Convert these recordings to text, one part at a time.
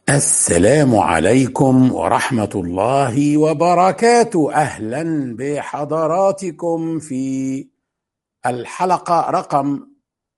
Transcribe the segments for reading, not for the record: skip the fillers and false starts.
السلام عليكم ورحمة الله وبركاته. أهلا بحضراتكم في الحلقة رقم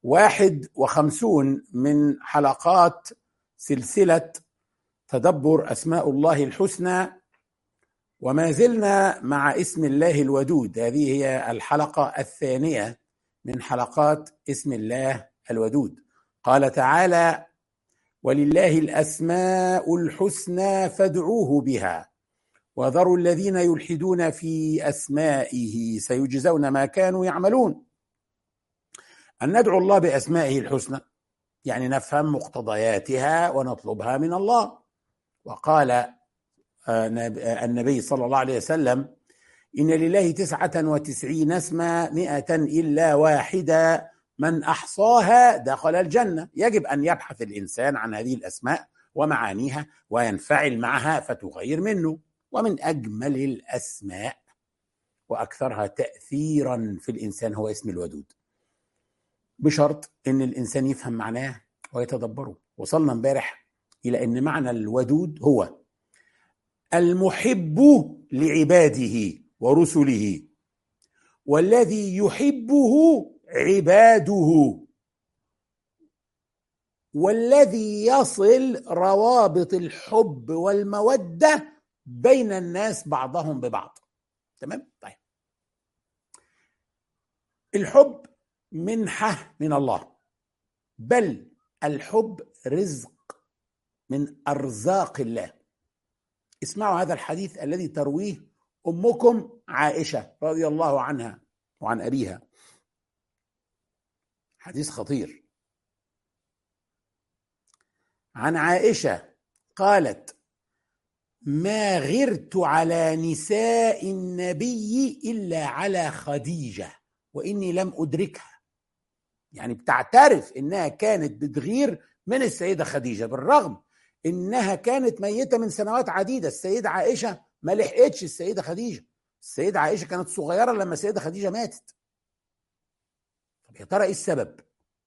51 من حلقات سلسلة تدبر أسماء الله الحسنى، وما زلنا مع اسم الله الودود. هذه هي الحلقة الثانية من حلقات اسم الله الودود. قال تعالى: ولله الأسماء الحسنى فادعوه بها وذروا الذين يلحدون في أسمائه سيجزون ما كانوا يعملون. أن ندعو الله بأسمائه الحسنى يعني نفهم مقتضياتها ونطلبها من الله. وقال النبي صلى الله عليه وسلم: إن لله 99 اسما 100 إلا واحدة من أحصاها دخل الجنة. يجب أن يبحث الإنسان عن هذه الأسماء ومعانيها وينفعل معها فتغير منه. ومن أجمل الأسماء وأكثرها تأثيرا في الإنسان هو اسم الودود، بشرط أن الإنسان يفهم معناه ويتدبره. وصلنا امبارح إلى أن معنى الودود هو المحب لعباده ورسله، والذي يحبه عباده، والذي يصل روابط الحب والمودة بين الناس بعضهم ببعض. تمام؟ طيب، الحب منحة من الله، بل الحب رزق من أرزاق الله. اسمعوا هذا الحديث الذي ترويه أمكم عائشة رضي الله عنها وعن أبيها، حديث خطير. عن عائشة قالت: ما غرت على نساء النبي إلا على خديجة وإني لم أدركها. يعني بتعترف إنها كانت بتغير من السيدة خديجة بالرغم إنها كانت ميتة من سنوات عديدة. السيدة عائشة ما لحقتش السيدة خديجة، السيدة عائشة كانت صغيرة لما السيدة خديجة ماتت. طب يا ترى إيه السبب؟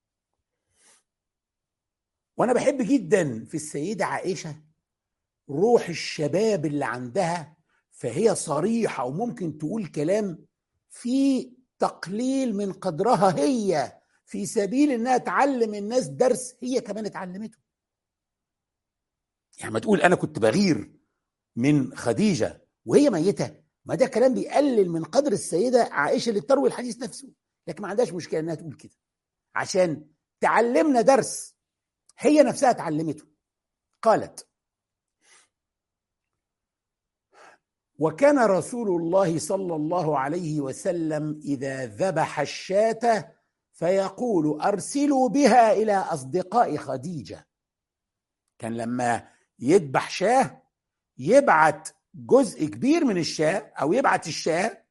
وأنا بحب جدا في السيدة عائشة روح الشباب اللي عندها، فهي صريحة وممكن تقول كلام في تقليل من قدرها هي في سبيل انها تعلم الناس درس هي كمان اتعلمته. يعني ما تقول انا كنت بغير من خديجة وهي ميتة، ما ده كلام بيقلل من قدر السيدة عائشة اللي بتروي الحديث نفسه، لكن ما عندهاش مشكلة انها تقول كده عشان تعلمنا درس هي نفسها اتعلمته. قالت: وكان رسول الله صلى الله عليه وسلم إذا ذبح الشاة فيقول: أرسلوا بها إلى أصدقاء خديجة. كان لما يذبح شاة يبعت جزء كبير من الشاة أو يبعت الشاة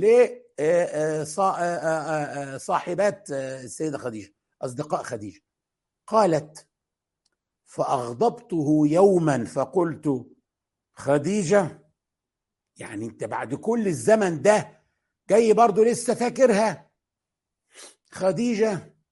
لصاحبات السيدة خديجة، أصدقاء خديجة. قالت: فأغضبته يوما فقلت: خديجة، يعني انت بعد كل الزمن ده جاي برضو لسه فاكرها خديجة؟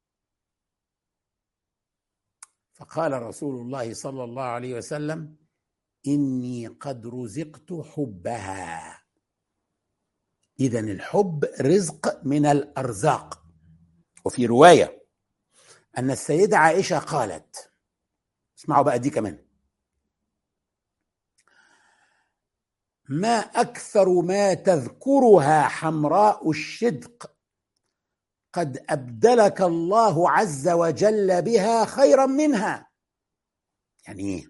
فقال رسول الله صلى الله عليه وسلم: إني قد رزقت حبها. إذن الحب رزق من الأرزاق. وفي رواية أن السيدة عائشة قالت، اسمعوا بقى دي كمان: ما أكثر ما تذكرها حمراء الشدق قد أبدلك الله عز وجل بها خيرا منها. يعني إيه؟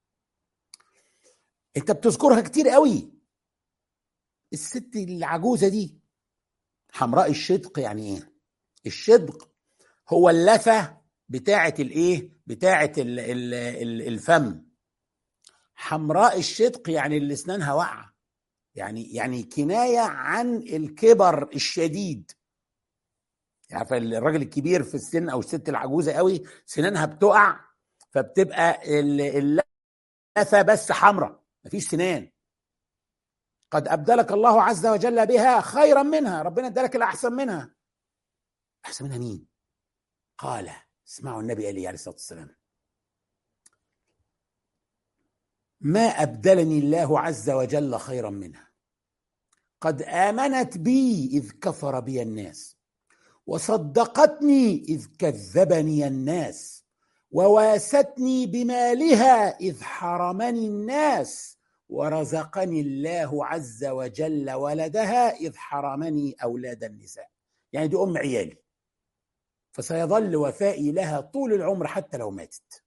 أنت بتذكرها كتير قوي، الست العجوزة دي حمراء الشدق. يعني إيه الشدق؟ هو اللثة بتاعة الإيه؟ بتاعة الفم. حمراء الشدق يعني اللي أسنانها واقعة، يعني كناية عن الكبر الشديد. يعني الراجل الكبير في السن او الست العجوزه قوي سنانها بتقع، فبتبقى اللثه بس حمراء مفيش سنان. قد ابدلك الله عز وجل بها خيرا منها، ربنا ادالك الاحسن منها. احسن منها مين؟ قال، اسمعوا النبي عليه الصلاه والسلام: ما أبدلني الله عز وجل خيرا منها. قد آمنت بي إذ كفر بي الناس، وصدقتني إذ كذبني الناس، وواستني بمالها إذ حرمني الناس، ورزقني الله عز وجل ولدها إذ حرمني أولاد النساء. يعني دي أم عيالي، فسيظل وفائي لها طول العمر حتى لو ماتت.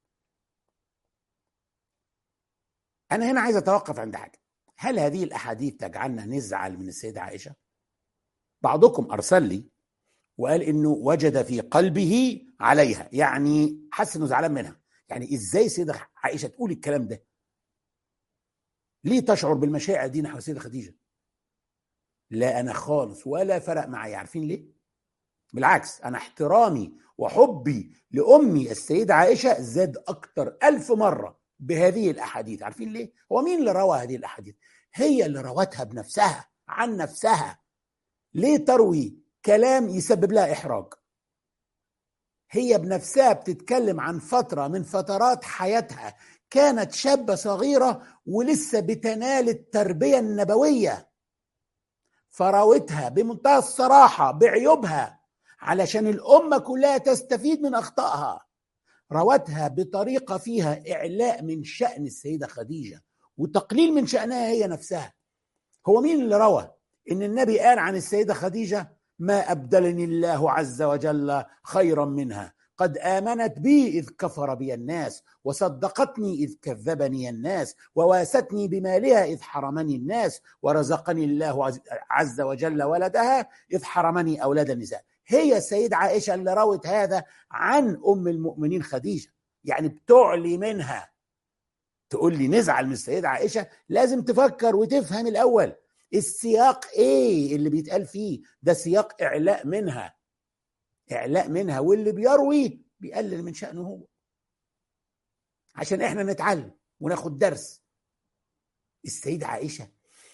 أنا هنا عايز أتوقف عند حاجة. هل هذه الأحاديث تجعلنا نزعل من السيدة عائشة؟ بعضكم أرسل لي وقال إنه وجد في قلبه عليها، يعني حس إنه زعلان منها. يعني إزاي السيدة عائشة تقول الكلام ده؟ ليه تشعر بالمشاعر دي نحو السيدة خديجة؟ لا، أنا خالص ولا فرق معي. عارفين ليه؟ بالعكس، أنا احترامي وحبي لأمي السيدة عائشة زاد أكتر 1000 مرة بهذه الأحاديث. عارفين ليه؟ هو مين اللي روى هذه الأحاديث؟ هي اللي روتها بنفسها عن نفسها. ليه تروي كلام يسبب لها إحراج؟ هي بنفسها بتتكلم عن فترة من فترات حياتها، كانت شابة صغيرة ولسه بتنال التربية النبوية، فراوتها بمنتهى الصراحة بعيوبها علشان الأمة كلها تستفيد من أخطائها. روتها بطريقة فيها إعلاء من شأن السيدة خديجة وتقليل من شأنها هي نفسها. هو مين اللي روى إن النبي قال عن السيدة خديجة ما أبدلني الله عز وجل خيرا منها؟ قد آمنت بي إذ كفر بي الناس، وصدقتني إذ كذبني الناس، وواستني بمالها إذ حرمني الناس، ورزقني الله عز وجل ولدها إذ حرمني أولاد النساء. هي السيدة عائشة اللي روت هذا عن أم المؤمنين خديجة. يعني بتعلي منها. تقول لي نزعل من السيدة عائشة؟ لازم تفكر وتفهم الأول السياق ايه اللي بيتقال فيه. ده سياق إعلاء منها، إعلاء منها، واللي بيروي بيقلل من شأنه هو عشان احنا نتعلم وناخد درس. السيدة عائشة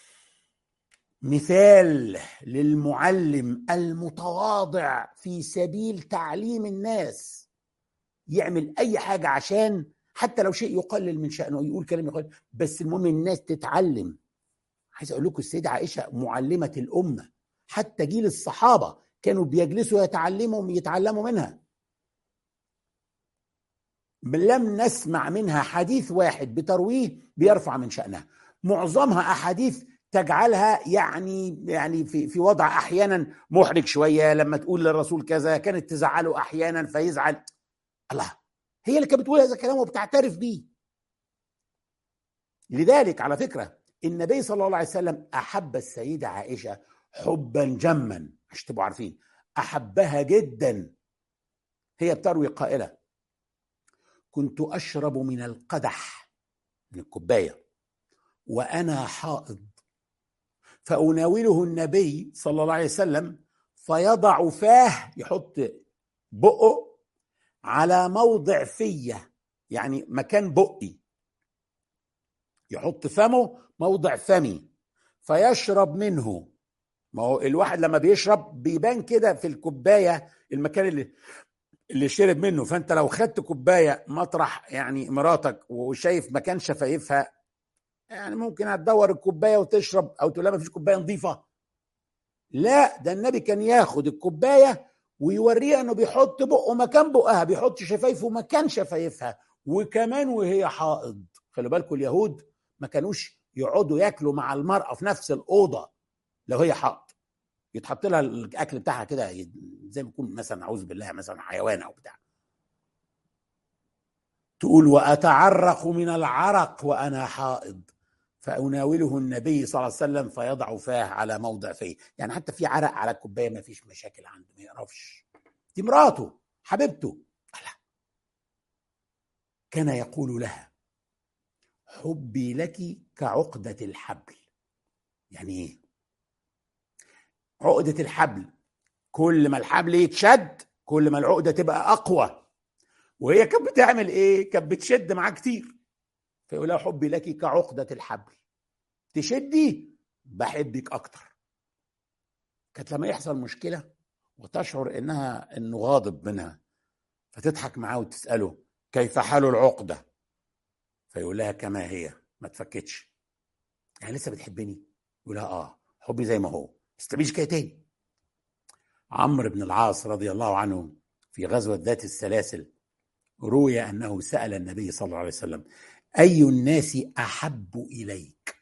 مثال للمعلم المتواضع في سبيل تعليم الناس، يعمل أي حاجة عشان حتى لو شيء يقلل من شأنه، يقول كلام يقلل، بس المهم الناس تتعلم. عايز أقول لكم السيدة عائشة معلمة الأمة، حتى جيل الصحابة كانوا بيجلسوا يتعلموا منها. لم نسمع منها حديث واحد بترويه بيرفع من شأنها. معظمها أحاديث تجعلها يعني في وضع أحيانا محرج شوية. لما تقول للرسول كذا كانت تزعله أحيانا فيزعل. الله، هي اللي كانت بتقول هذا الكلام وبتعترف بيه. لذلك على فكرة النبي صلى الله عليه وسلم أحب السيدة عائشة حبا جما، عشان تبقوا عارفين أحبها جدا. هي بتروي قائلة: كنت أشرب من القدح، من الكوباية، وأنا حائض، فأناوله النبي صلى الله عليه وسلم فيضع فاه، يحط بقه على موضع فيه، يعني مكان بقي، يحط فمه موضع فمي فيشرب منه. ما هو الواحد لما بيشرب بيبان كده في الكوباية المكان اللي شرب منه. فانت لو خدت كوباية مطرح يعني مراتك وشايف مكان شفايفها، يعني ممكن هتدور الكوباية وتشرب او تقول لها ما فيش كوباية نظيفة. لا، ده النبي كان ياخد الكوباية ويوريها انه بيحط بقه مكان بقها، بيحط شفايفه مكان شفايفها، وكمان وهي حائض. خلوا بالكم اليهود ما كانوش يقعدوا ياكلوا مع المرأة في نفس الأوضة لو هي حائض. يتحط لها الاكل بتاعها كده زي ما يكون مثلا اعوذ بالله مثلا حيوان او بتاع. تقول واتعرق من العرق وانا حائض فاناوله النبي صلى الله عليه وسلم فيضع فاه على موضع فيه. يعني حتى في عرق على الكوبايه ما فيش مشاكل عنده، ما يقرفش. دي مراته حبيبته. كان يقول لها: حبي لك كعقدة الحبل. يعني ايه عقدة الحبل؟ كل ما الحبل يتشد كل ما العقدة تبقى أقوى. وهي كانت بتعمل ايه؟ كانت بتشد معاه كتير، فيقول لها: حبي لك كعقدة الحبل، تشدي بحبك اكتر. كانت لما يحصل مشكلة وتشعر انه غاضب منها فتضحك معاه وتسأله: كيف حال العقدة؟ فيقول لها: كما هي، ما تفكتش، يعني لسه بتحبني؟ يقول لها حبي زي ما هو، بس تعمليش كده تاني. عمرو بن العاص رضي الله عنه في غزوة ذات السلاسل روي أنه سأل النبي صلى الله عليه وسلم: أي الناس أحب إليك؟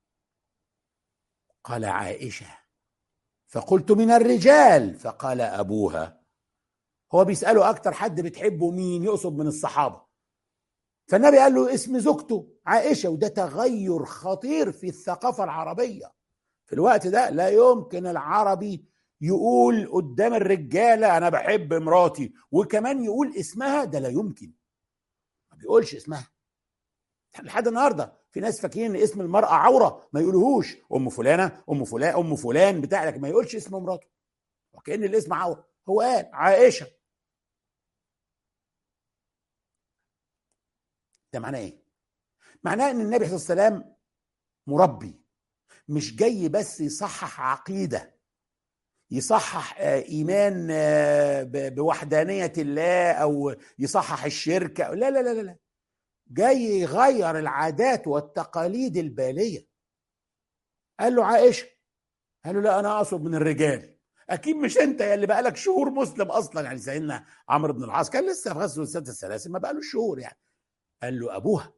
قال: عائشة. فقلت: من الرجال؟ فقال: أبوها. هو بيسأله أكتر حد بتحبه مين، يقصد من الصحابة. فالنبي قال له اسم زوجته عائشة، وده تغير خطير في الثقافة العربية. في الوقت ده لا يمكن العربي يقول قدام الرجالة أنا بحب مراتي وكمان يقول اسمها، ده لا يمكن، ما بيقولش اسمها. لحد النهارده في ناس فاكرين ان اسم المرأة عورة، ما يقولوهوش ام فلانة، ام فلان، ام فلان بتاع، لكن ما يقولش اسم مراته وكأن الاسم عورة. هو قال عائشة. ده معناه ايه؟ معناه ان النبي صلى الله عليه وسلم مربي، مش جاي بس يصحح عقيدة، يصحح ايمان بوحدانية الله او يصحح الشرك، لا لا لا لا، جاي يغير العادات والتقاليد البالية. قال له عائشة، قال له لا انا اقصد من الرجال. اكيد مش انت يا اللي بقالك شهور مسلم اصلا، يعني سيدنا عمرو بن العاص كان لسه في غزوه ذات السلاسل، ما بقالوش شهور يعني. قال له ابوها.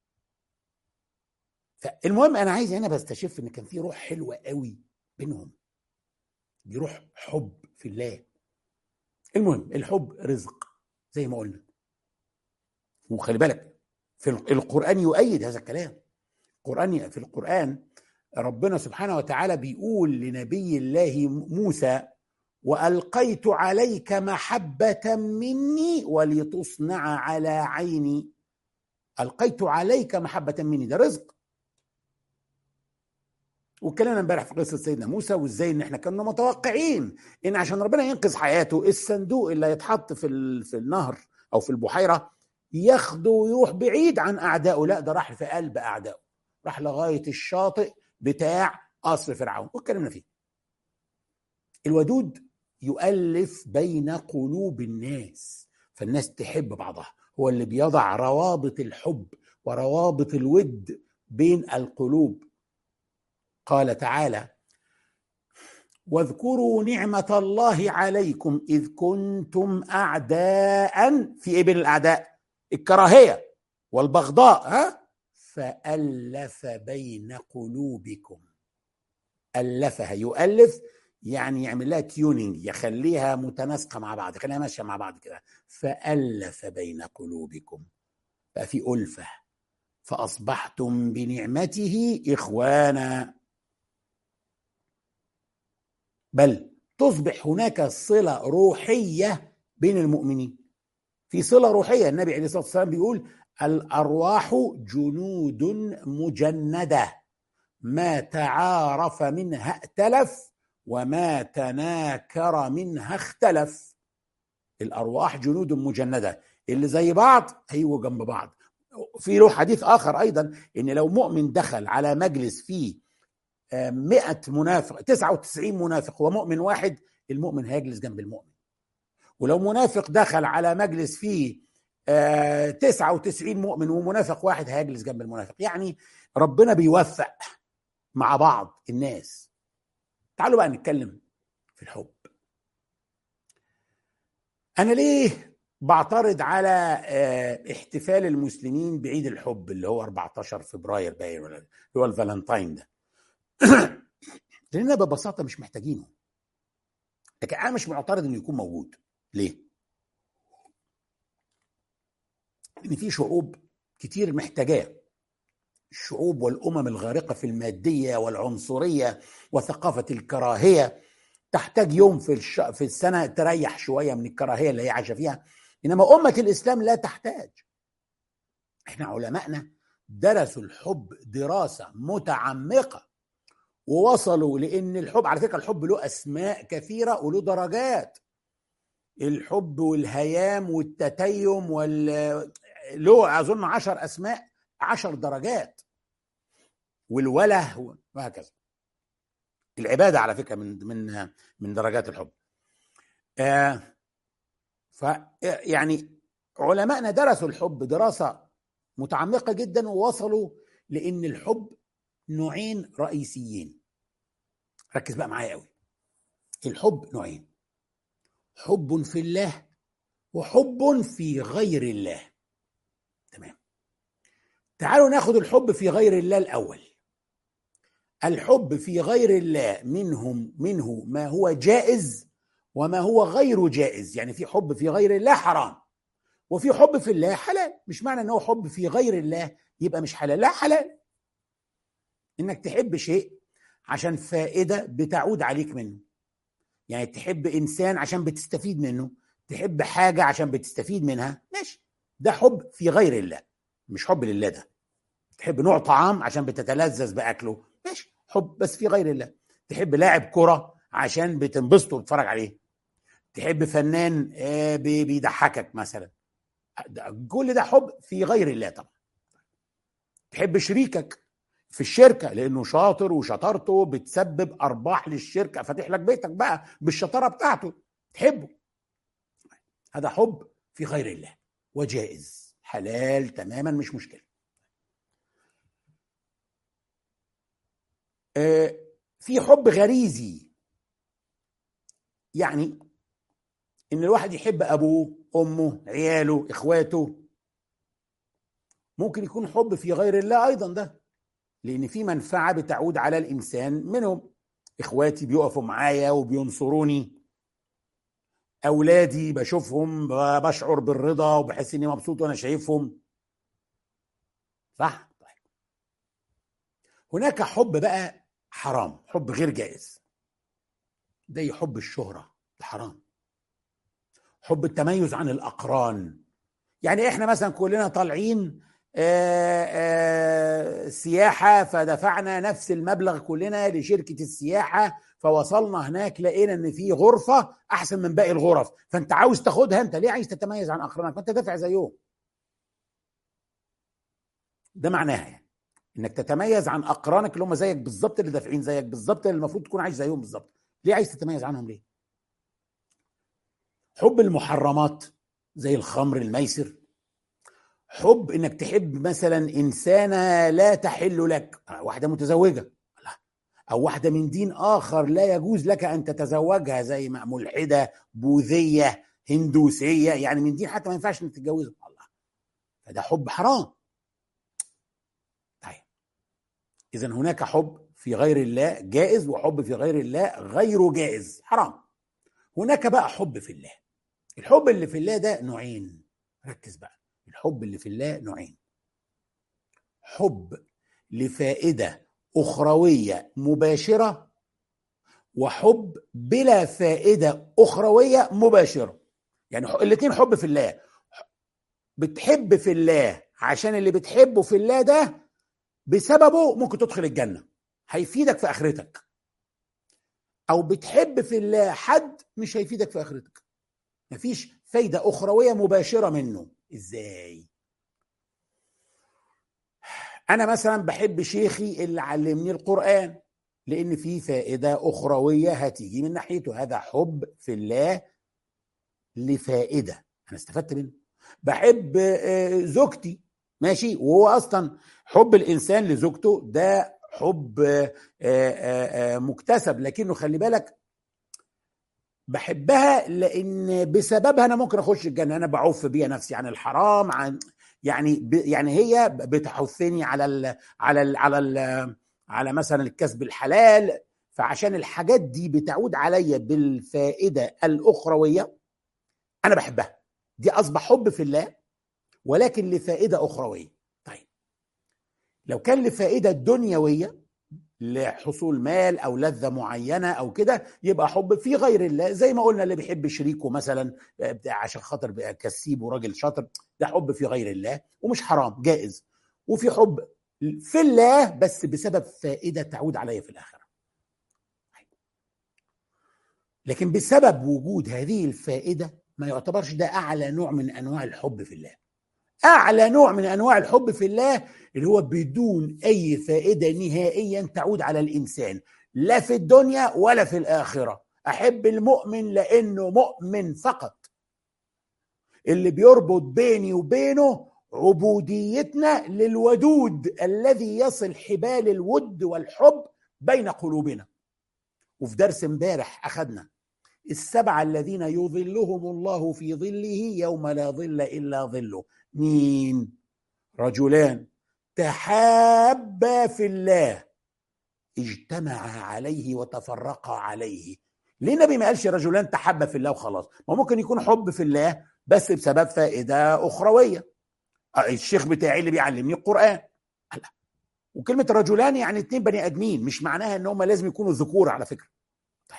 فالمهم انا عايز هنا بستشف ان كان في روح حلوه قوي بينهم، دي روح حب في الله. المهم الحب رزق زي ما قلنا، وخلي بالك في القران يؤيد هذا الكلام. في القران ربنا سبحانه وتعالى بيقول لنبي الله موسى: وألقيت عليك محبة مني ولتصنع على عيني. ألقيت عليك محبة مني، ده رزق. واتكلمنا امبارح في قصة سيدنا موسى وازاي ان احنا كنا متوقعين ان عشان ربنا ينقذ حياته الصندوق اللي هيتحط في النهر او في البحيرة ياخده ويروح بعيد عن اعدائه، لا ده راح في قلب اعدائه، راح لغاية الشاطئ بتاع قصر فرعون، واتكلمنا فيه. الودود يؤلف بين قلوب الناس، فالناس تحب بعضها، هو اللي بيضع روابط الحب وروابط الود بين القلوب. قال تعالى: واذكروا نعمة الله عليكم إذ كنتم أعداء في إيه بين الأعداء؟ الكراهية والبغضاء، فألف بين قلوبكم. ألفها، يؤلف يعني يعمل لها تيونينج، يخليها متناسقة مع بعض، يخليها ماشية مع بعض كده. فألف بين قلوبكم، بقى في ألفة، فأصبحتم بنعمته إخوانا، بل تصبح هناك صلة روحية بين المؤمنين. في صلة روحية، النبي عليه الصلاة والسلام بيقول: الأرواح جنود مجندة، ما تعارف منها ائتلف وما تناكر منها اختلف. الأرواح جنود مجندة، اللي زي بعض هيجوا جنب بعض. في له حديث آخر أيضا إن لو مؤمن دخل على مجلس فيه 100 منافق، 99 منافق ومؤمن واحد، المؤمن هيجلس جنب المؤمن. ولو منافق دخل على مجلس فيه 99 مؤمن ومنافق واحد، هيجلس جنب المنافق. يعني ربنا بيوفق مع بعض الناس. تعالوا بقى نتكلم في الحب. أنا ليه بعترض على احتفال المسلمين بعيد الحب اللي هو 14 فبراير باين، اللي هو الفالنتاين ده؟ لأننا ببساطة مش محتاجينه، لكن أنا مش معترض إنه يكون موجود. ليه؟ لأن في شعوب كتير محتاجاه، الشعوب والأمم الغارقة في المادية والعنصرية وثقافة الكراهية تحتاج يوم في السنة تريح شوية من الكراهية اللي هي عايشة فيها. إنما أمة الإسلام لا تحتاج. إحنا علمائنا درسوا الحب دراسة متعمقة ووصلوا لأن الحب، على فكرة الحب له أسماء كثيرة وله درجات. الحب والهيام والتتيم له أظن 10 أسماء، 10 درجات، والوله وهكذا. العبادة على فكرة من درجات الحب. يعني علمائنا درسوا الحب دراسة متعمقة جدا ووصلوا لأن الحب نوعين رئيسيين. ركز بقى معايا قوي. الحب نوعين: حب في الله وحب في غير الله. تمام. تعالوا ناخد الحب في غير الله الأول. الحب في غير الله منه ما هو جائز وما هو غير جائز. يعني في حب في غير الله حرام، وفي حب في الله حلال. مش معنى انه حب في غير الله يبقى مش حلال، لا، حلال. انك تحب شيء عشان فائدة بتعود عليك منه. يعني تحب انسان عشان بتستفيد منه، تحب حاجة عشان بتستفيد منها، ماشي، ده حب في غير الله، مش حب لله. ده تحب نوع طعام عشان بتتلذذ بأكله، ماشي، حب بس في غير الله. تحب لاعب كرة عشان بتنبسط وتتفرج عليه، تحب فنان بيضحكك مثلا، كل ده حب في غير الله طبعا. تحب شريكك في الشركة لأنه شاطر وشطارته بتسبب أرباح للشركة، فاتح لك بيتك بقى بالشطارة بتاعته، تحبه. هذا حب في غير الله وجائز، حلال تماما، مش مشكلة. في حب غريزي، يعني ان الواحد يحب ابوه، امه، عياله، اخواته. ممكن يكون حب في غير الله ايضا ده، لان في منفعة بتعود على الانسان منهم. اخواتي بيقفوا معايا وبينصروني، اولادي بشوفهم بشعر بالرضا وبحس اني مبسوط وانا شايفهم، صح؟ طيب. هناك حب بقى حرام، حب غير جائز، زي حب الشهرة، ده حرام. حب التميز عن الأقران، يعني احنا مثلا كلنا طالعين سياحة، فدفعنا نفس المبلغ كلنا لشركة السياحة، فوصلنا هناك لقينا ان في غرفة احسن من باقي الغرف، فانت عاوز تاخدها. انت ليه عايز تتميز عن اقرانك؟ ما انت دافع زيهم. ده معناها يعني انك تتميز عن اقرانك اللي هم زيك بالظبط، اللي دافعين زيك بالظبط، اللي المفروض تكون عايش زيهم بالظبط. ليه عايز تتميز عنهم؟ ليه؟ حب المحرمات زي الخمر، الميسر. حب انك تحب مثلا انسانه لا تحل لك، واحده متزوجه او واحده من دين اخر لا يجوز لك ان تتزوجها، زي ملحده، بوذيه، هندوسيه، يعني من دين حتى ما ينفعش انك تتجوزها، الله، فده حب حرام. طيب، اذا هناك حب في غير الله جائز، وحب في غير الله غير جائز، حرام. هناك بقى حب في الله. الحب اللي في الله ده نوعين، ركز بقى. الحب اللي في الله نوعين: حب لفائدة أخروية مباشرة، وحب بلا فائدة أخروية مباشرة. يعني الاثنين حب في الله. بتحب في الله عشان اللي بتحبه في الله ده بسببه ممكن تدخل الجنة، هيفيدك في آخرتك. أو بتحب في الله حد مش هيفيدك في آخرتك، مفيش فايدة أخروية مباشرة منه. إزاي؟ أنا مثلا بحب شيخي اللي علمني القرآن لأن في فائدة أخروية هتيجي من ناحيته، هذا حب في الله لفائدة أنا استفدت منه. بحب زوجتي، ماشي، وهو أصلا حب الإنسان لزوجته ده حب مكتسب، لكنه خلي بالك بحبها لأن بسببها أنا ممكن أخش الجنة، أنا بعوف بيها نفسي عن الحرام، عن يعني هي بتحثني على مثلا الكسب الحلال. فعشان الحاجات دي بتعود عليا بالفائدة الأخروية أنا بحبها، دي أصبح حب في الله ولكن لفائدة أخروية. طيب، لو كان لفائدة دنيوية، لحصول مال أو لذة معينة أو كده، يبقى حب في غير الله. زي ما قلنا اللي بيحب شريكه مثلا عشان خاطر بقى كسيب وراجل شاطر، ده حب في غير الله ومش حرام، جائز. وفي حب في الله بس بسبب فائدة تعود عليه في الآخرة، لكن بسبب وجود هذه الفائدة ما يعتبرش ده أعلى نوع من أنواع الحب في الله. أعلى نوع من أنواع الحب في الله اللي هو بدون أي فائدة نهائيا تعود على الإنسان، لا في الدنيا ولا في الآخرة. أحب المؤمن لأنه مؤمن فقط، اللي بيربط بيني وبينه عبوديتنا للودود الذي يصل حبال الود والحب بين قلوبنا. وفي درس امبارح أخذنا 7 الذين يظلهم الله في ظله يوم لا ظل إلا ظله. مين؟ رجلان تحابا في الله اجتمعا عليه وتفرقا عليه. ليه النبي ما قالش رجلان تحابا في الله وخلاص؟ ما ممكن يكون حب في الله بس بسبب فائدة أخروية. الشيخ بتاعي اللي بيعلمني القرآن. وكلمة رجلان يعني 2 بني آدمين، مش معناها ان هم لازم يكونوا ذكور على فكرة. طيب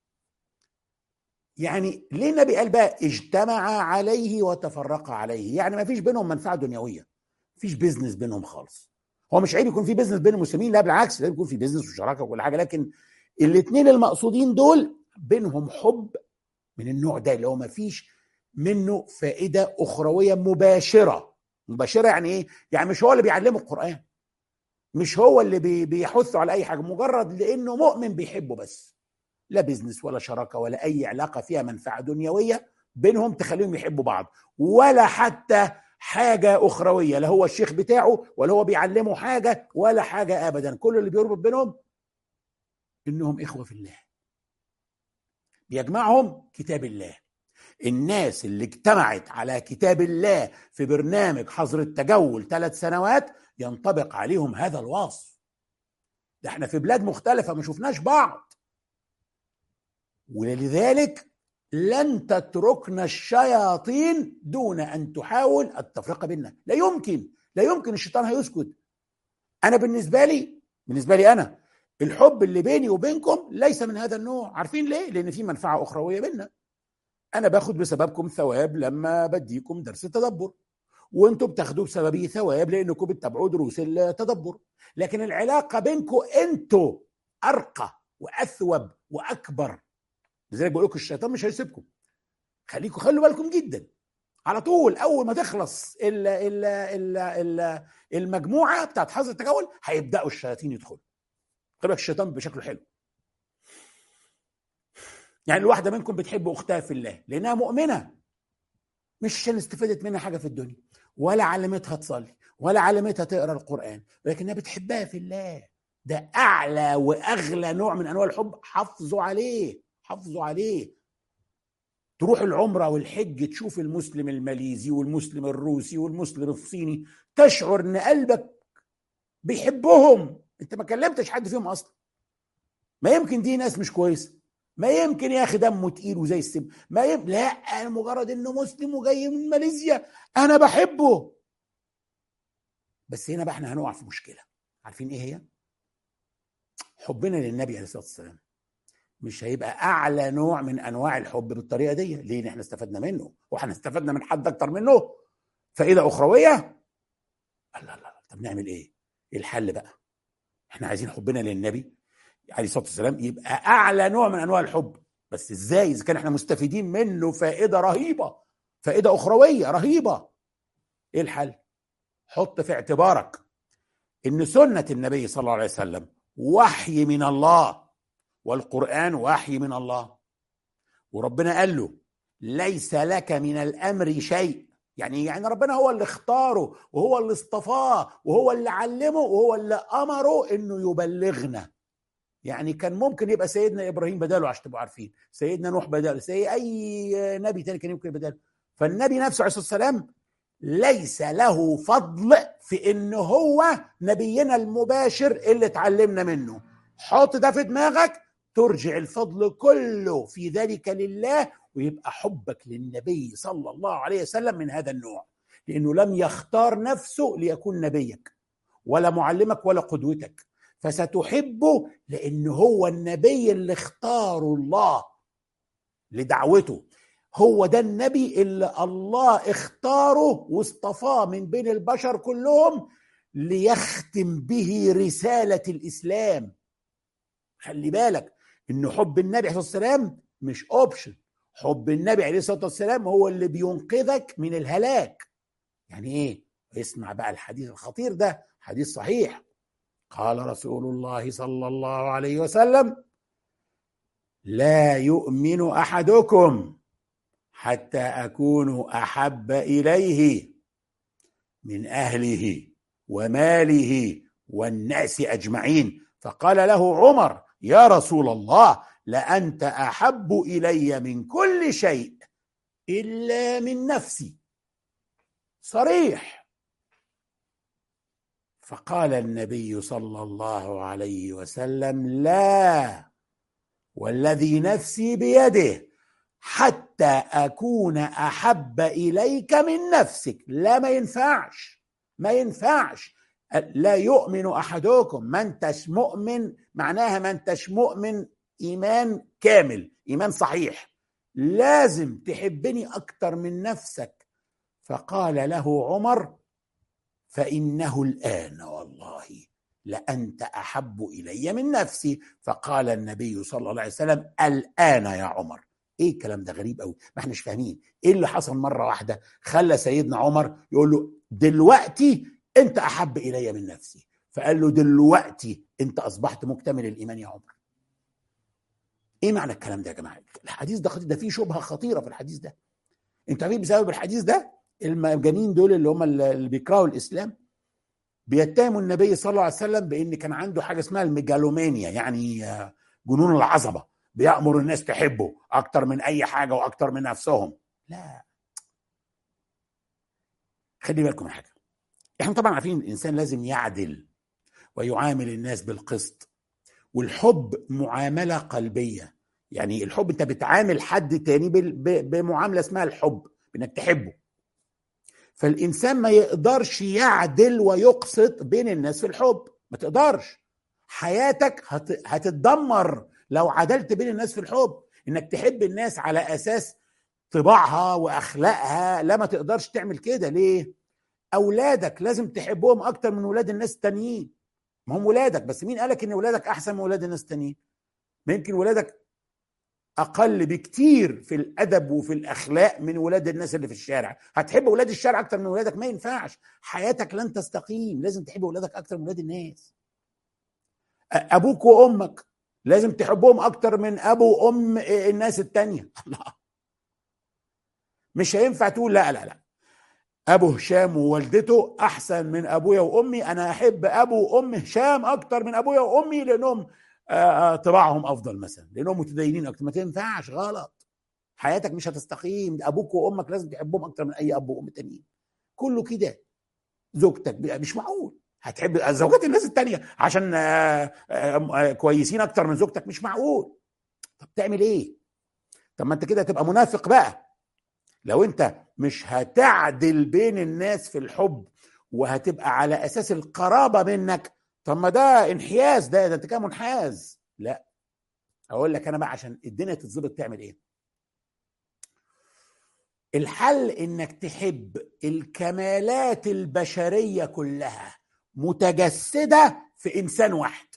يعني ليه النبي قال بقى اجتمع عليه وتفرق عليه؟ يعني ما فيش بينهم منفعة دنيوية، فيش بيزنس بينهم خالص. هو مش عيب يكون في بيزنس بين المسلمين، لا بالعكس لازم يكون في بيزنس وشراكة وكل حاجة، لكن الاثنين المقصودين دول بينهم حب من النوع ده اللي هو ما فيش منه فائدة أخروية مباشرة. مباشرة يعني ايه؟ يعني مش هو اللي بيعلمه القرآن، مش هو اللي بيحثه على اي حاجة، مجرد لانه مؤمن بيحبه بس. لا بيزنس ولا شراكة ولا اي علاقة فيها منفعة دنيوية بينهم تخليهم يحبوا بعض، ولا حتى حاجة أخروية، لا هو الشيخ بتاعه ولا هو بيعلمه حاجة ولا حاجة أبدا. كل اللي بيربط بينهم إنهم إخوة في الله، بيجمعهم كتاب الله. الناس اللي اجتمعت على كتاب الله في برنامج حظر التجول 3 سنوات ينطبق عليهم هذا الوصف. ده احنا في بلاد مختلفة ما شفناش بعض، ولذلك لن تتركنا الشياطين دون أن تحاول التفرقة بيننا. لا يمكن، لا يمكن، الشيطان هيسكت. أنا بالنسبة لي أنا الحب اللي بيني وبينكم ليس من هذا النوع. عارفين ليه؟ لأن في منفعة أخروية بيننا. أنا باخد بسببكم ثواب لما بديكم درس التدبر، وانتم بتاخدوا بسببي ثواب لأنكم بتتابعوا دروس التدبر. لكن العلاقة بينكم انتوا أرقى وأثوب وأكبر. لذلك بقول لكم الشيطان مش هيسيبكم. خلوا بالكم جدا. على طول اول ما تخلص المجموعه بتاعت حظر التجول هيبداوا الشياطين يدخلوا. خلي بالك الشيطان بشكله حلو. يعني الواحده منكم بتحب اختها في الله لانها مؤمنه، مش عشان استفادت منها حاجه في الدنيا، ولا علمتها تصلي، ولا علمتها تقرا القران، ولكنها بتحبها في الله. ده اعلى واغلى نوع من انواع الحب. حافظوا عليه، حافظوا عليه. تروح العمرة والحج تشوف المسلم الماليزي والمسلم الروسي والمسلم الصيني، تشعر ان قلبك بيحبهم. انت ما كلمتش حد فيهم اصلا. ما يمكن دي ناس مش كويسة، ما يمكن يا اخي دمه تقيل وزي السم، ما يمكن، لا انا مجرد انه مسلم وجاي من ماليزيا انا بحبه. بس هنا بقى احنا هنقع في مشكلة. عارفين ايه هي؟ حبنا للنبي عليه الصلاة والسلام مش هيبقى اعلى نوع من انواع الحب بالطريقه دي. ليه؟ احنا استفدنا منه، واحنا استفدنا من حد اكتر منه فائده اخرويه. لا طب نعمل ايه؟ ايه الحل بقى؟ احنا عايزين حبنا للنبي عليه الصلاه والسلام يبقى اعلى نوع من انواع الحب. بس ازاي اذا كان احنا مستفيدين منه فائده رهيبه، فائده اخرويه رهيبه؟ ايه الحل؟ حط في اعتبارك ان سنه النبي صلى الله عليه وسلم وحي من الله، والقرآن وحي من الله. وربنا قال له ليس لك من الأمر شيء. يعني ربنا هو اللي اختاره وهو اللي اصطفاه وهو اللي علمه وهو اللي أمره إنه يبلغنا. يعني كان ممكن يبقى سيدنا إبراهيم بداله عشان تبقوا عارفين، سيدنا نوح بداله، أي نبي تاني كان يمكن بداله. فالنبي نفسه عليه الصلاة والسلام ليس له فضل في إنه هو نبينا المباشر اللي اتعلمنا منه. حط ده في دماغك، ترجع الفضل كله في ذلك لله، ويبقى حبك للنبي صلى الله عليه وسلم من هذا النوع، لأنه لم يختار نفسه ليكون نبيك ولا معلمك ولا قدوتك، فستحبه لأنه هو النبي اللي اختاره الله لدعوته. هو ده النبي اللي الله اختاره واصطفاه من بين البشر كلهم ليختم به رسالة الإسلام. خلي بالك إن حب النبي عليه الصلاة والسلام مش اوبشن. حب النبي عليه الصلاة والسلام هو اللي بينقذك من الهلاك. يعني ايه؟ اسمع بقى الحديث الخطير ده، حديث صحيح. قال رسول الله صلى الله عليه وسلم: لا يؤمن أحدكم حتى أكون أحب إليه من أهله وماله والناس أجمعين. فقال له عمر: يا رسول الله، لأنت أحب إلي من كل شيء إلا من نفسي. صريح. فقال النبي صلى الله عليه وسلم: لا، والذي نفسي بيده، حتى أكون أحب إليك من نفسك. لا، ما ينفعش، ما ينفعش. لا يؤمن أحدكم، ما انتش مؤمن، معناها ما انتش مؤمن إيمان كامل، إيمان صحيح. لازم تحبني أكتر من نفسك. فقال له عمر: فإنه الآن والله لأنت أحب إلي من نفسي. فقال النبي صلى الله عليه وسلم: الآن يا عمر. ايه الكلام ده؟ غريب قوي، ما احناش فاهمين ايه اللي حصل مرة واحدة خلى سيدنا عمر يقول له دلوقتي انت أحب إلي من نفسي. فقال له دلوقتي انت أصبحت مكتمل الإيمان يا عمر. ايه معنى الكلام ده يا جماعة؟ الحديث ده فيه شبهة خطيرة في الحديث ده. انت عارفين بسبب الحديث ده المجانين دول اللي هم اللي بيكرهوا الإسلام بيتهموا النبي صلى الله عليه وسلم بان كان عنده حاجه اسمها الميجالومانيا، يعني جنون العظمه، بيأمر الناس تحبه اكتر من اي حاجه واكتر من نفسهم. لا، خلي بالكم من حاجه. احنا طبعا عارفين الانسان لازم يعدل ويعامل الناس بالقسط، والحب معامله قلبيه. يعني الحب انت بتعامل حد تاني بمعامله اسمها الحب، بانك تحبه. فالإنسان ما يقدرش يعدل ويقسط بين الناس في الحب، ما تقدرش. حياتك هتتدمر لو عدلت بين الناس في الحب، إنك تحب الناس على أساس طباعها وأخلاقها. لا، ما تقدرش تعمل كده. ليه؟ أولادك لازم تحبهم أكتر من ولاد الناس التانيين. ما هم ولادك، بس مين قالك إن ولادك أحسن من ولاد الناس التانيين؟ ممكن ولادك أقل بكتير في الأدب وفي الأخلاق من ولاد الناس اللي في الشارع. هتحب ولاد الشارع أكتر من ولادك؟ ما ينفعش، حياتك لن تستقيم. لازم تحب ولادك أكتر من ولاد الناس. أبوك وأمك لازم تحبهم أكتر من أبو وأم الناس التانية. مش هينفع تقول لا لا لا، أبو هشام ووالدته أحسن من أبويا وأمي، أنا أحب أبو وأم هشام أكتر من أبويا وأمي لأنهم طباعهم أفضل مثلا، لأنهم متدينين أكتر. ما تنفعش، غلط. حياتك مش هتستقيم. ابوك وامك لازم تحبهم اكتر من اي اب وام تانيين. كله كده. زوجتك مش معقول هتحب زوجات الناس التانية عشان كويسين اكتر من زوجتك، مش معقول. طب تعمل ايه؟ طب ما انت كده تبقى منافق بقى. لو انت مش هتعدل بين الناس في الحب وهتبقى على اساس القرابة منك، طب ما ده انحياز، ده انت كده منحاز. لا، اقول لك انا بقى عشان الدنيا تتظبط تعمل ايه. الحل انك تحب الكمالات البشرية كلها متجسدة في انسان واحد.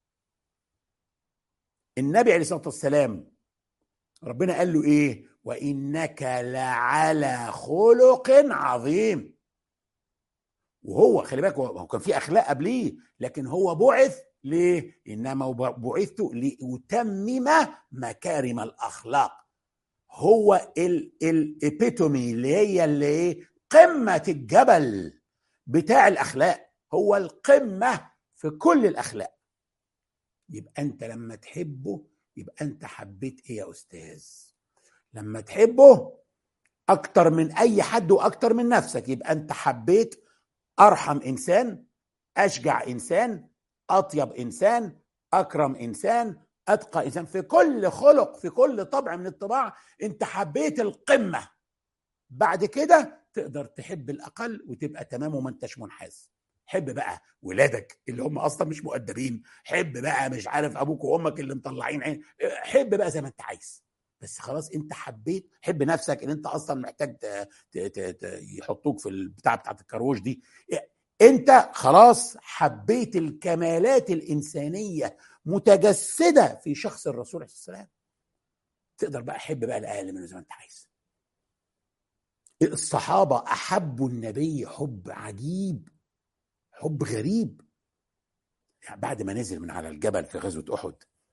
النبي عليه الصلاة والسلام ربنا قال له ايه؟ وانك لعلى خلق عظيم. وهو خلي بالك، هو كان في اخلاق قبليه، لكن هو بعث ليه؟ انما بعثت لاتمم مكارم الاخلاق. هو الابيتومي اللي هي اللي ايه؟ قمة الجبل بتاع الاخلاق. هو القمة في كل الاخلاق. يبقى انت لما تحبه يبقى انت حبيت ايه يا استاذ؟ لما تحبه اكتر من اي حد واكتر من نفسك يبقى انت حبيت ارحم انسان، اشجع انسان، اطيب انسان، اكرم انسان، اتقى انسان. في كل خلق، في كل طبع من الطباع انت حبيت القمة. بعد كده تقدر تحب الاقل وتبقى تمام وما انتش منحاز. حب بقى ولادك اللي هم اصلا مش مؤدبين، حب بقى مش عارف ابوك وامك اللي مطلعين عين، حب بقى زي ما انت عايز. بس خلاص انت حبيت. حب نفسك اللي انت اصلا محتاج يحطوك في البتاع بتاعت الكروش دي. انت خلاص حبيت الكمالات الانسانيه متجسده في شخص الرسول عليه الصلاه والسلام. تقدر بقى حب بقى الاقل منه زي ما انت عايز. الصحابه احبوا النبي حب عجيب، حب غريب. يعني بعد ما نزل من على الجبل في غزوه احد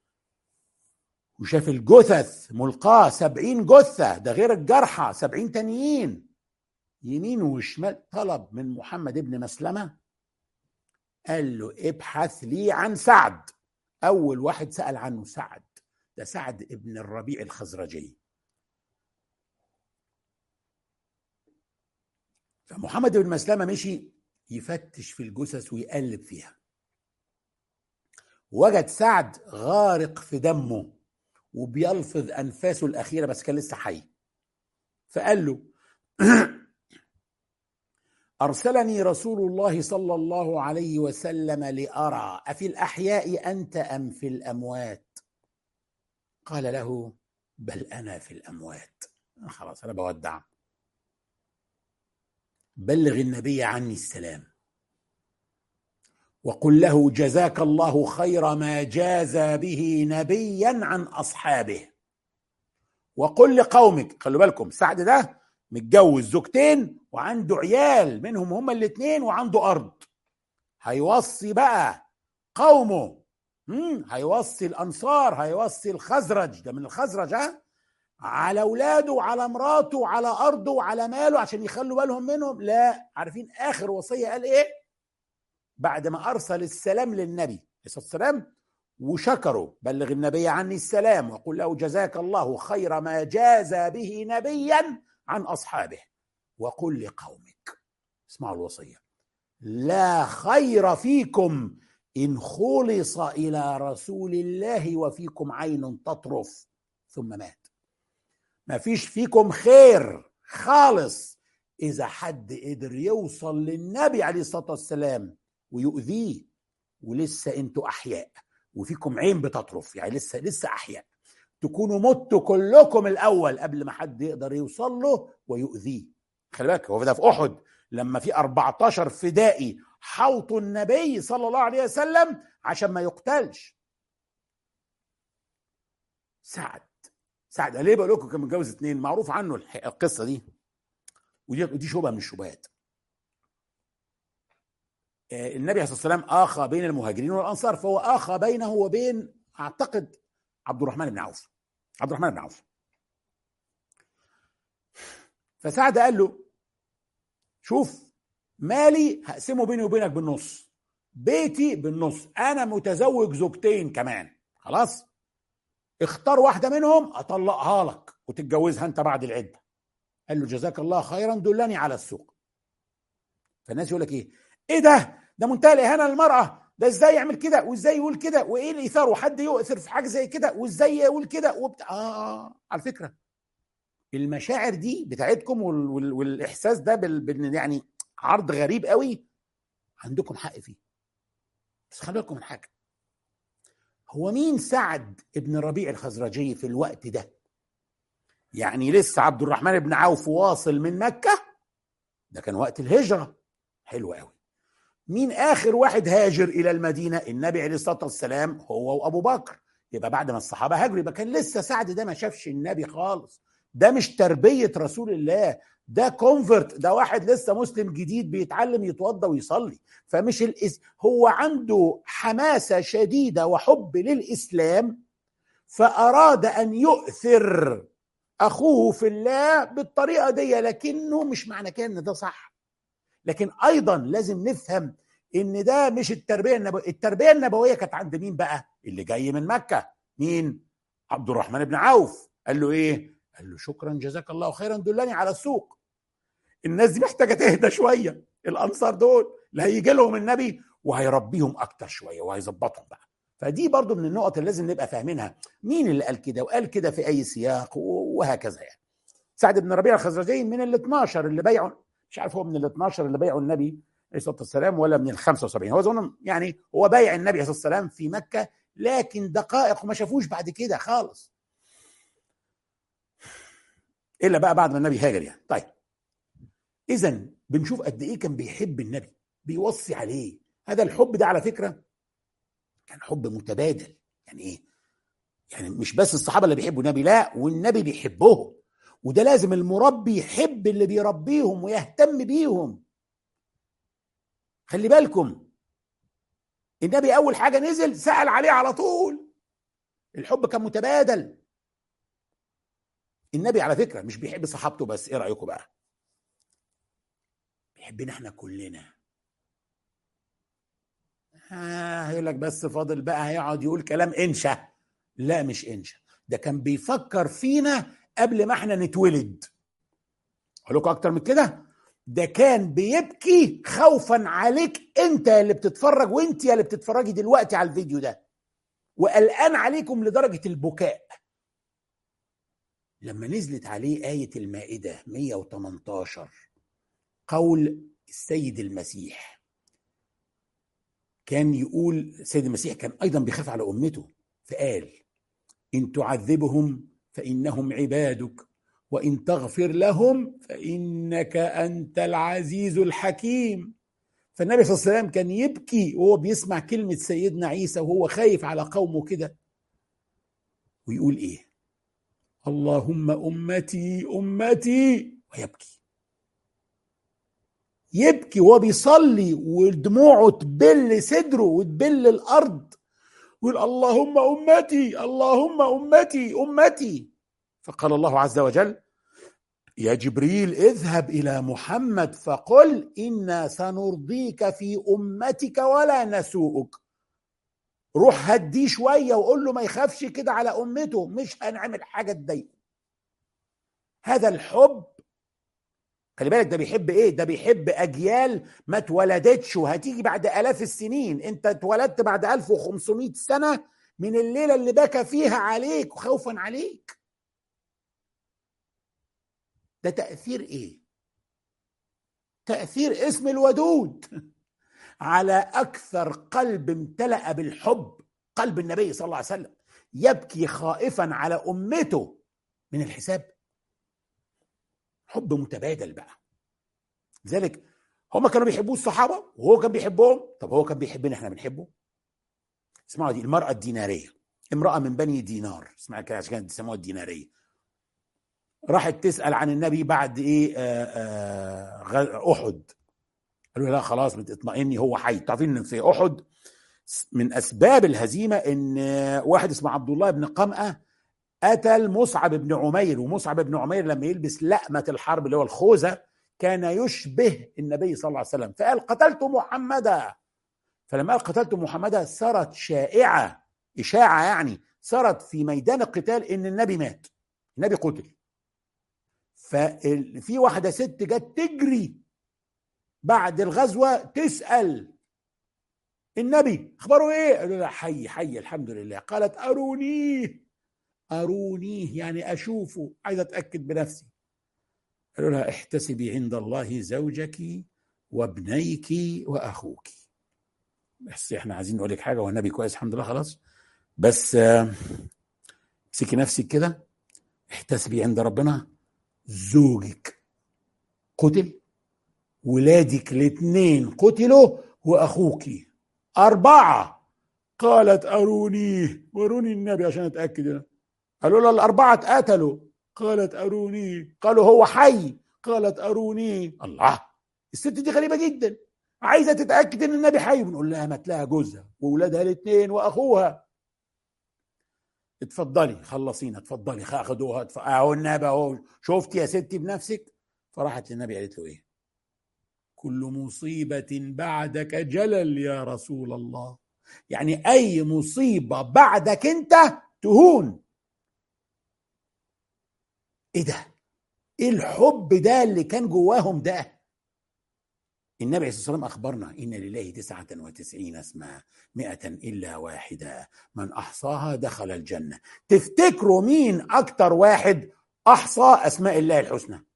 وشاف الجثث ملقاه 70 جثه، ده غير الجرحى 70 تانيين، يمين وشمال، طلب من محمد بن مسلمة، قال له ابحث لي عن سعد. أول واحد سأل عنه سعد، ده سعد ابن الربيع الخزرجي. فمحمد بن مسلمة مشي يفتش في الجثث ويقلب فيها، وجد سعد غارق في دمه وبيلفظ أنفاسه الأخيرة، بس كان لسه حي. فقال له أرسلني رسول الله صلى الله عليه وسلم لأرى أفي الأحياء أنت أم في الأموات؟ قال له بل أنا في الأموات، خلاص أنا بودع. بلغ النبي عني السلام وقل له جزاك الله خير ما جاز به نبيا عن أصحابه، وقل لقومك. خلوا بالكم سعد ده متجوز زوجتين وعنده عيال منهم هما الاثنين وعنده أرض، هيوصي بقى قومه، هيوصي الأنصار، هيوصي الخزرج، ده من الخزرج، على أولاده وعلى مراته وعلى أرضه وعلى ماله عشان يخلوا بالهم منهم. لا، عارفين آخر وصية قال إيه؟ بعد ما أرسل السلام للنبي عليه الصلاة والسلام وشكره، بلغ النبي عني السلام وقل له جزاك الله خير ما جاز به نبيا عن أصحابه، وقل لقومك، اسمعوا الوصية، لا خير فيكم إن خلص إلى رسول الله وفيكم عين تطرف ثم مات. ما فيش فيكم خير خالص إذا حد قدر يوصل للنبي عليه الصلاة والسلام ويؤذيه ولسه انتوا أحياء وفيكم عين بتطرف، يعني لسه أحياء، تكونوا متوا كلكم الأول قبل ما حد يقدر يوصل له ويؤذيه. خلي بالك هو ده في أحد لما في 14 فدائي حوطوا النبي صلى الله عليه وسلم عشان ما يقتلش. سعد ليه بقول لكم كان متجوز 2، معروف عنه القصه دي، ودي شبهه من الشبهات. النبي عليه الصلاه والسلام اخى بين المهاجرين والانصار، فهو اخى بينه وبين اعتقد عبد الرحمن بن عوف. فسعد قال له شوف، مالي هقسمه بيني وبينك بالنص، بيتي بالنص، انا متزوج زوجتين كمان، خلاص اختار واحده منهم اطلقها لك وتتجوزها انت بعد العده. قال له جزاك الله خيرا دلني على السوق. فالناس يقول لك ايه ده منتهى الاهانه للمراه، ده ازاي يعمل كده وازاي يقول كده وايه الايثار وحد يؤثر في حاجه زي كده وازاي يقول كده على فكره المشاعر دي بتاعتكم والاحساس ده يعني عرض غريب قوي، عندكم حق فيه، بس خلي بالكم من حاجه، هو مين سعد ابن ربيع الخزرجي في الوقت ده؟ يعني لسه عبد الرحمن بن عوف واصل من مكه، ده كان وقت الهجره، حلو قوي. مين آخر واحد هاجر إلى المدينة؟ النبي عليه الصلاة والسلام هو وأبو بكر، يبقى بعد ما الصحابة هاجروا يبقى كان لسه سعد ده ما شافش النبي خالص، ده مش تربية رسول الله، ده كونفرت، ده واحد لسه مسلم جديد بيتعلم يتوضى ويصلي، فمش هو عنده حماسة شديدة وحب للإسلام، فأراد أن يؤثر أخوه في الله بالطريقة دي، لكنه مش معنى كده إن ده صح. لكن ايضا لازم نفهم ان ده مش التربيه النبويه. التربيه النبويه كانت عند مين بقى؟ اللي جاي من مكه، مين؟ عبد الرحمن بن عوف. قال له ايه؟ قال له شكرا جزاك الله خيرا دلني على السوق. الناس دي محتاجه تهدى شويه، الانصار دول اللي هيجي لهم النبي وهيربيهم اكتر شويه وهيظبطهم بقى. فدي برضو من النقط اللي لازم نبقى فاهمينها، مين اللي قال كده وقال كده في اي سياق وهكذا. يعني سعد بن ربيع الخزرجي من ال 12 اللي بيعوا، مش عارف هو من ال 12 اللي بيعوا النبي عليه الصلاه والسلام ولا من ال 75، هو ظن يعني هو بايع النبي عليه الصلاه والسلام في مكه، لكن دقائق وما شافوش بعد كده خالص، الا بقى بعد ما النبي هاجر يعني. طيب اذا بنشوف قد ايه كان بيحب النبي، بيوصي عليه. هذا الحب ده على فكره كان حب متبادل. يعني ايه؟ يعني مش بس الصحابه اللي بيحبوا النبي، لا، والنبي بيحبهم، وده لازم المربي يحب اللي بيربيهم ويهتم بيهم. خلي بالكم النبي اول حاجه نزل سأل عليه على طول، الحب كان متبادل. النبي على فكره مش بيحب صحابته بس، ايه رايكم بقى؟ يحبنا احنا كلنا. هيقول لك بس فاضل بقى هيقعد يقول كلام انشا. لا مش انشا، ده كان بيفكر فينا قبل ما احنا نتولد. اقول لكم اكتر من كده، ده كان بيبكي خوفا عليك انت اللي بتتفرج، وانت اللي بتتفرجي دلوقتي على الفيديو ده، وقلقان عليكم لدرجة البكاء. لما نزلت عليه آية المائدة 118 قول السيد المسيح، كان يقول السيد المسيح كان أيضا بيخاف على أمته، فقال إن تعذبهم فإنهم عبادك وإن تغفر لهم فإنك أنت العزيز الحكيم. فالنبي صلى الله عليه وسلم كان يبكي وهو بيسمع كلمة سيدنا عيسى وهو خايف على قومه كده، ويقول إيه؟ اللهم أمتي أمتي، ويبكي. يبكي وهو بيصلي ودموعه تبل صدره وتبل الأرض، ويقول اللهم أمتي اللهم أمتي أمتي. فقال الله عز وجل يا جبريل اذهب إلى محمد فقل إنا سنرضيك في أمتك ولا نسوءك. روح هديه شوية وقول له ما يخافش كده على أمته، مش هنعمل حاجة تضايقه. هذا الحب، خلي بالك ده بيحب ايه؟ ده بيحب اجيال ما اتولدتش وهتيجي بعد الاف السنين. انت اتولدت بعد 1500 سنة من الليلة اللي بكى فيها عليك وخوفا عليك. ده تأثير ايه؟ تأثير اسم الودود على اكثر قلب امتلأ بالحب، قلب النبي صلى الله عليه وسلم، يبكي خائفا على امته من الحساب. حب متبادل بقى. لذلك هم كانوا بيحبوه الصحابة وهو كان بيحبهم. طب هو كان بيحبنا، احنا بنحبه؟ اسمعوا دي المرأة الدينارية، امرأة من بني دينار، اسمعوا كده عشان كانت تسموها الدينارية. راحت تسأل عن النبي بعد ايه احد. قالوا لا خلاص اطمئني هو حي. تعرفين ان في احد من اسباب الهزيمة ان واحد اسمه عبد الله بن قمأة قتل مصعب بن عمير، ومصعب بن عمير لما يلبس لأمة الحرب اللي هو الخوذة كان يشبه النبي صلى الله عليه وسلم، فقال قتلت محمدا. فلما قال قتلت محمدا صارت شائعة، إشاعة يعني، صارت في ميدان القتال إن النبي مات، النبي قتل. ففي واحدة ست جت تجري بعد الغزوة تسأل النبي اخباره ايه؟ قالوا لا حي حي الحمد لله. قالت أرونيه أرونيه يعني أشوفه، عايزة أتأكد بنفسي. قالوا لها احتسبي عند الله زوجك وابنيك وأخوك. بس احنا عايزين نقول لك حاجة، والنبي كويس الحمد لله خلاص، بس امسكي نفسك كده، احتسبي عند ربنا زوجك قتل، ولادك الاثنين قتلوا، وأخوك 4. قالت أرونيه، وروني النبي عشان أتأكد. قالوا له 4 اتقتلوا. قالت أروني. قالوا هو حي. قالت أروني. الله، الست دي غريبة جدا، عايزة تتأكد ان النبي حي. بنقول لها مات لها جوزها وولادها الاثنين واخوها. اتفضلي خلصينا، اتفضلي خدوها اهو النبي اهو، شفتي يا ستي بنفسك. فراحت للنبي قالت له ايه؟ كل مصيبة بعدك جلل يا رسول الله. يعني اي مصيبة بعدك انت تهون. ايه ده؟ ايه الحب ده اللي كان جواهم ده؟ النبي عليه الصلاة والسلام أخبرنا إن لله 99 اسما 100 إلا واحدة من أحصاها دخل الجنة. تفتكروا مين أكتر واحد أحصى أسماء الله الحسنى؟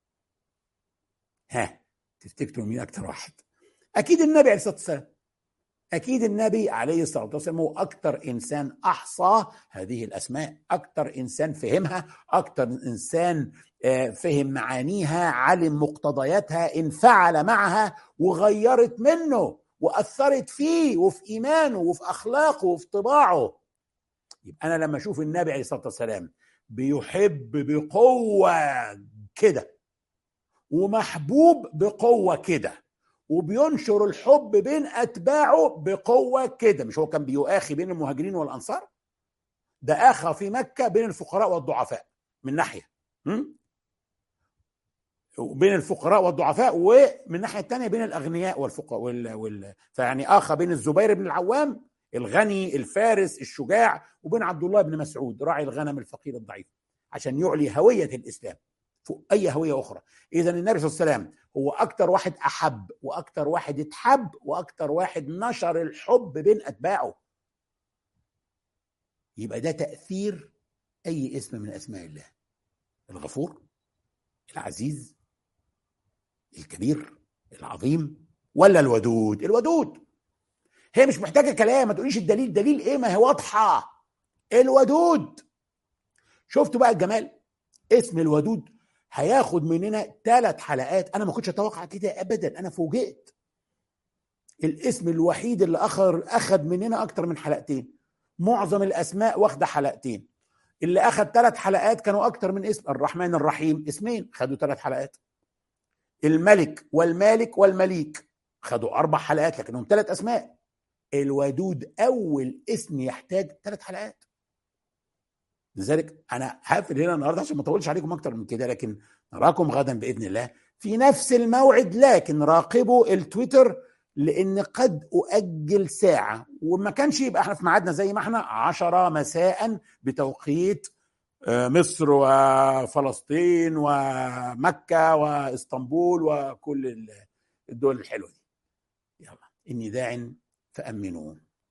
ها، تفتكروا مين أكتر واحد؟ أكيد النبي عليه الصلاة والسلام. أكيد النبي عليه الصلاة والسلام هو أكتر إنسان أحصى هذه الأسماء، أكتر إنسان فهمها، أكتر إنسان فهم معانيها، علم مقتضياتها، انفعل معها وغيرت منه وأثرت فيه وفي إيمانه وفي أخلاقه وفي طباعه. يبقى أنا لما أشوف النبي عليه الصلاة والسلام بيحب بقوة كده ومحبوب بقوة كده وبينشر الحب بين أتباعه بقوة كده، مش هو كان بيؤاخي بين المهاجرين والأنصار؟ ده آخى في مكة بين الفقراء والضعفاء من ناحية، وبين الفقراء والضعفاء، ومن الناحيه الثانيه بين الاغنياء والفقراء فيعني اخى بين الزبير بن العوام الغني الفارس الشجاع وبين عبد الله بن مسعود راعي الغنم الفقير الضعيف، عشان يعلي هويه الاسلام فوق اي هويه اخرى. اذا النبي صلى الله عليه وسلم هو اكتر واحد احب، واكتر واحد اتحب، واكتر واحد نشر الحب بين اتباعه. يبقى ده تاثير اي اسم من اسماء الله: الغفور، العزيز، الكبير، العظيم، ولا الودود. الودود هي مش محتاجه كلام، ما تقوليش الدليل، دليل ايه؟ ما هي واضحه. الودود. شفتوا بقى الجمال؟ اسم الودود هياخد مننا 3 حلقات. انا ما كنتش اتوقع كده ابدا، انا فوجئت. الاسم الوحيد اللي اخد مننا اكتر من حلقتين. معظم الاسماء واخده حلقتين. اللي اخد 3 حلقات كانوا اكتر من اسم. الرحمن الرحيم اسمين خدوا 3 حلقات. الملك والمالك والمليك خدوا 4 حلقات لكنهم 3 اسماء. الودود اول اسم يحتاج 3 حلقات. لذلك انا هقفل هنا النهارده عشان ما اطولش عليكم اكتر من كده، لكن نراكم غدا باذن الله في نفس الموعد. لكن راقبوا التويتر لان قد اؤجل ساعه، وما كانش يبقى احنا في ميعادنا زي ما احنا 10 مساء بتوقيت مصر وفلسطين ومكه واسطنبول وكل الدول الحلوه دي. يلا اني داع فامنوا.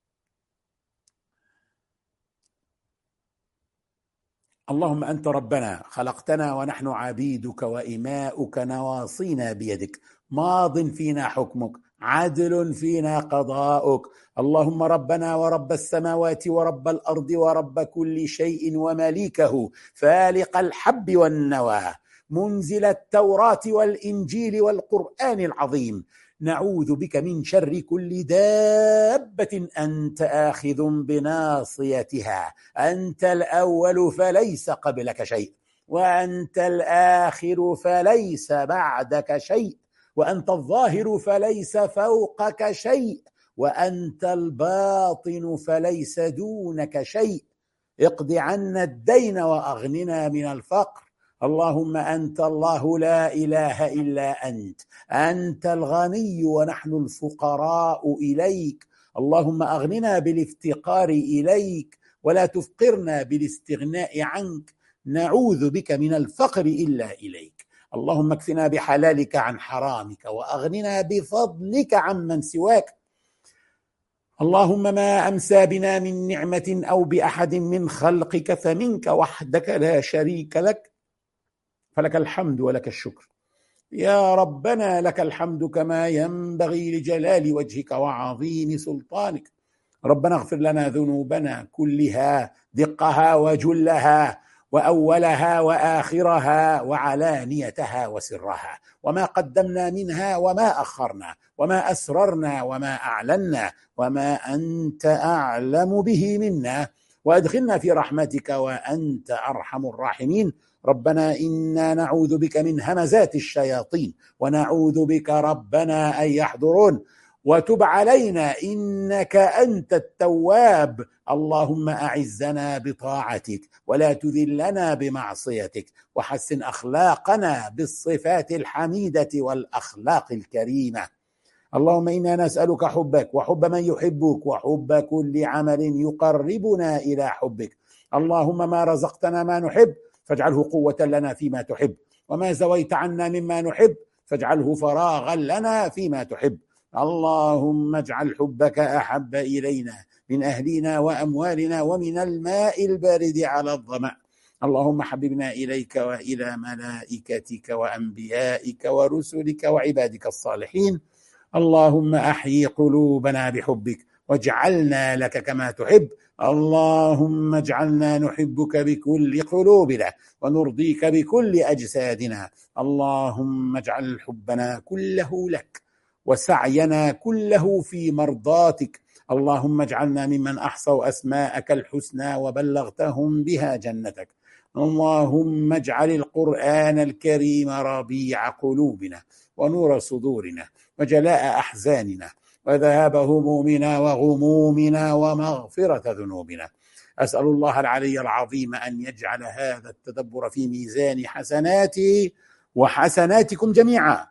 اللهم أنت ربنا خلقتنا ونحن عبيدك وإماؤك نواصينا بيدك، ماض فينا حكمك، عدل فينا قضاؤك. اللهم ربنا ورب السماوات ورب الأرض ورب كل شيء ومليكه، فالق الحب والنوى، منزل التوراة والإنجيل والقرآن العظيم، نعوذ بك من شر كل دابة أنت آخذ بناصيتها، أنت الأول فليس قبلك شيء، وأنت الآخر فليس بعدك شيء، وأنت الظاهر فليس فوقك شيء، وأنت الباطن فليس دونك شيء. اقض عنا الدين وأغننا من الفقر. اللهم أنت الله لا إله إلا أنت، أنت الغني ونحن الفقراء إليك. اللهم أغننا بالافتقار إليك ولا تفقرنا بالاستغناء عنك. نعوذ بك من الفقر إلا إليك. اللهم اكفنا بحلالك عن حرامك وأغننا بفضلك عمن سواك. اللهم ما أمسى بنا من نعمة أو بأحد من خلقك فمنك وحدك لا شريك لك، فلك الحمد ولك الشكر. يا ربنا لك الحمد كما ينبغي لجلال وجهك وعظيم سلطانك. ربنا اغفر لنا ذنوبنا كلها، دقها وجلها وأولها وآخرها وعلانيتها وسرها، وما قدمنا منها وما أخرنا، وما أسررنا وما أعلنا، وما أنت أعلم به منا، وأدخلنا في رحمتك وأنت أرحم الراحمين. ربنا إنا نعوذ بك من همزات الشياطين، ونعوذ بك ربنا أن يحضرون، وتب علينا إنك أنت التواب. اللهم أعزنا بطاعتك ولا تذلنا بمعصيتك، وحسن أخلاقنا بالصفات الحميدة والأخلاق الكريمة. اللهم إنا نسألك حبك وحب من يحبك وحب كل عمل يقربنا إلى حبك. اللهم ما رزقتنا ما نحب فاجعله قوة لنا فيما تحب، وما زويت عنا مما نحب فاجعله فراغا لنا فيما تحب. اللهم اجعل حبك أحب إلينا من أهلنا وأموالنا ومن الماء البارد على الظمأ. اللهم حببنا إليك وإلى ملائكتك وأنبيائك ورسلك وعبادك الصالحين. اللهم أحيي قلوبنا بحبك واجعلنا لك كما تحب. اللهم اجعلنا نحبك بكل قلوبنا ونرضيك بكل أجسادنا. اللهم اجعل حبنا كله لك وسعينا كله في مرضاتك. اللهم اجعلنا ممن أحصوا أسماءك الحسنى وبلغتهم بها جنتك. اللهم اجعل القرآن الكريم ربيع قلوبنا ونور صدورنا وجلاء أحزاننا وذهاب همومنا وغمومنا ومغفرة ذنوبنا. أسأل الله العلي العظيم أن يجعل هذا التدبر في ميزان حسناتي وحسناتكم جميعا.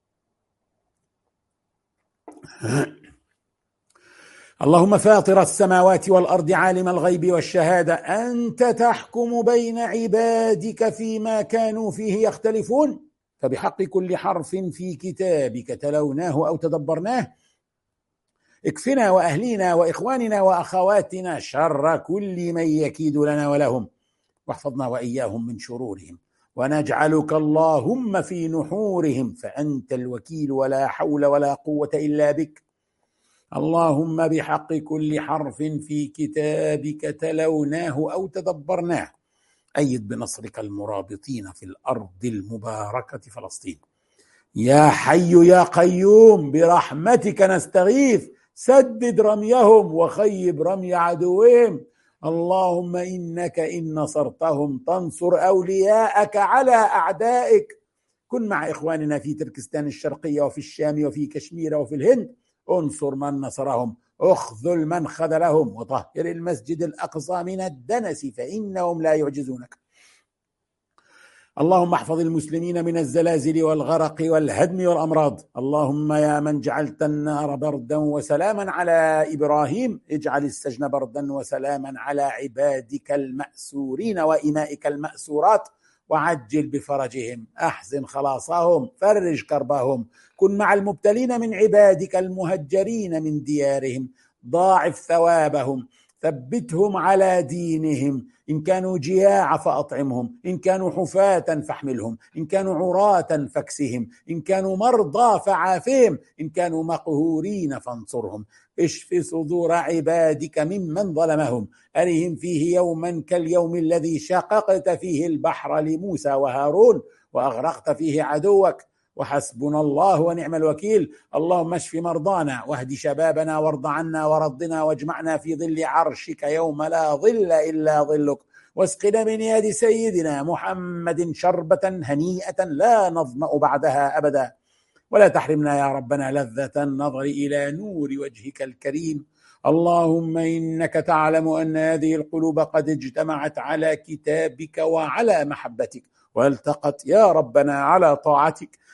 اللهم فاطر السماوات والأرض عالم الغيب والشهادة، أنت تحكم بين عبادك فيما كانوا فيه يختلفون، فبحق كل حرف في كتابك تلوناه أو تدبرناه اكفنا وأهلينا وإخواننا وأخواتنا شر كل من يكيد لنا ولهم، واحفظنا وإياهم من شرورهم، ونجعلك اللهم في نحورهم، فأنت الوكيل ولا حول ولا قوة إلا بك. اللهم بحق كل حرف في كتابك تلوناه أو تدبرناه أيد بنصرك المرابطين في الأرض المباركة فلسطين. يا حي يا قيوم برحمتك نستغيث، سدد رميهم وخيب رمي عدوهم. اللهم إنك إن نصرتهم تنصر أولياءك على أعدائك. كن مع إخواننا في تركستان الشرقية وفي الشام وفي كشمير وفي الهند، انصر من نصرهم، اخذل من خذلهم، وطهر المسجد الأقصى من الدنس فإنهم لا يعجزونك. اللهم احفظ المسلمين من الزلازل والغرق والهدم والأمراض. اللهم يا من جعلت النار بردا وسلاما على إبراهيم، اجعل السجن بردا وسلاما على عبادك المأسورين وإمائك المأسورات، وعجل بفرجهم، أحزن خلاصهم، فرج كربهم. كن مع المبتلين من عبادك المهجرين من ديارهم، ضاعف ثوابهم، ثبتهم على دينهم. إن كانوا جياع فأطعمهم، إن كانوا حفاة فاحملهم، إن كانوا عراة فاكسهم، إن كانوا مرضى فعافهم، إن كانوا مقهورين فانصرهم. اشف صدور عبادك ممن ظلمهم، أرهم فيه يوما كاليوم الذي شققت فيه البحر لموسى وهارون وأغرقت فيه عدوك، وحسبنا الله ونعم الوكيل. اللهم اشف مرضانا واهد شبابنا وارض عنا ورضنا، واجمعنا في ظل عرشك يوم لا ظل إلا ظلك، واسقنا من يد سيدنا محمد شربة هنيئة لا نظمأ بعدها أبدا، ولا تحرمنا يا ربنا لذة النظر إلى نور وجهك الكريم. اللهم إنك تعلم أن هذه القلوب قد اجتمعت على كتابك وعلى محبتك، والتقت يا ربنا على طاعتك،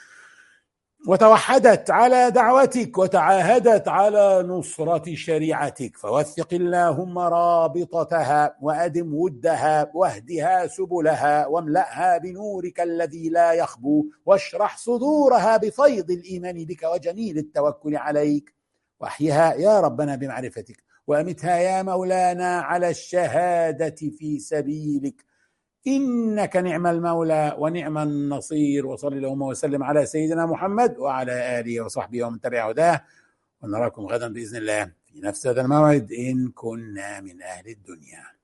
وتوحدت على دعوتك، وتعاهدت على نصرة شريعتك، فوثق اللهم رابطتها، وأدم ودها، واهدها سبلها، واملأها بنورك الذي لا يخبو، واشرح صدورها بفيض الإيمان بك وجميل التوكل عليك، واحيها يا ربنا بمعرفتك، وأمتها يا مولانا على الشهادة في سبيلك، إنك نعم المولى ونعم النصير. وصلى اللهم وسلم على سيدنا محمد وعلى آله وصحبه ومن تبع هداه، ونراكم غدا بإذن الله في نفس هذا الموعد إن كنا من أهل الدنيا.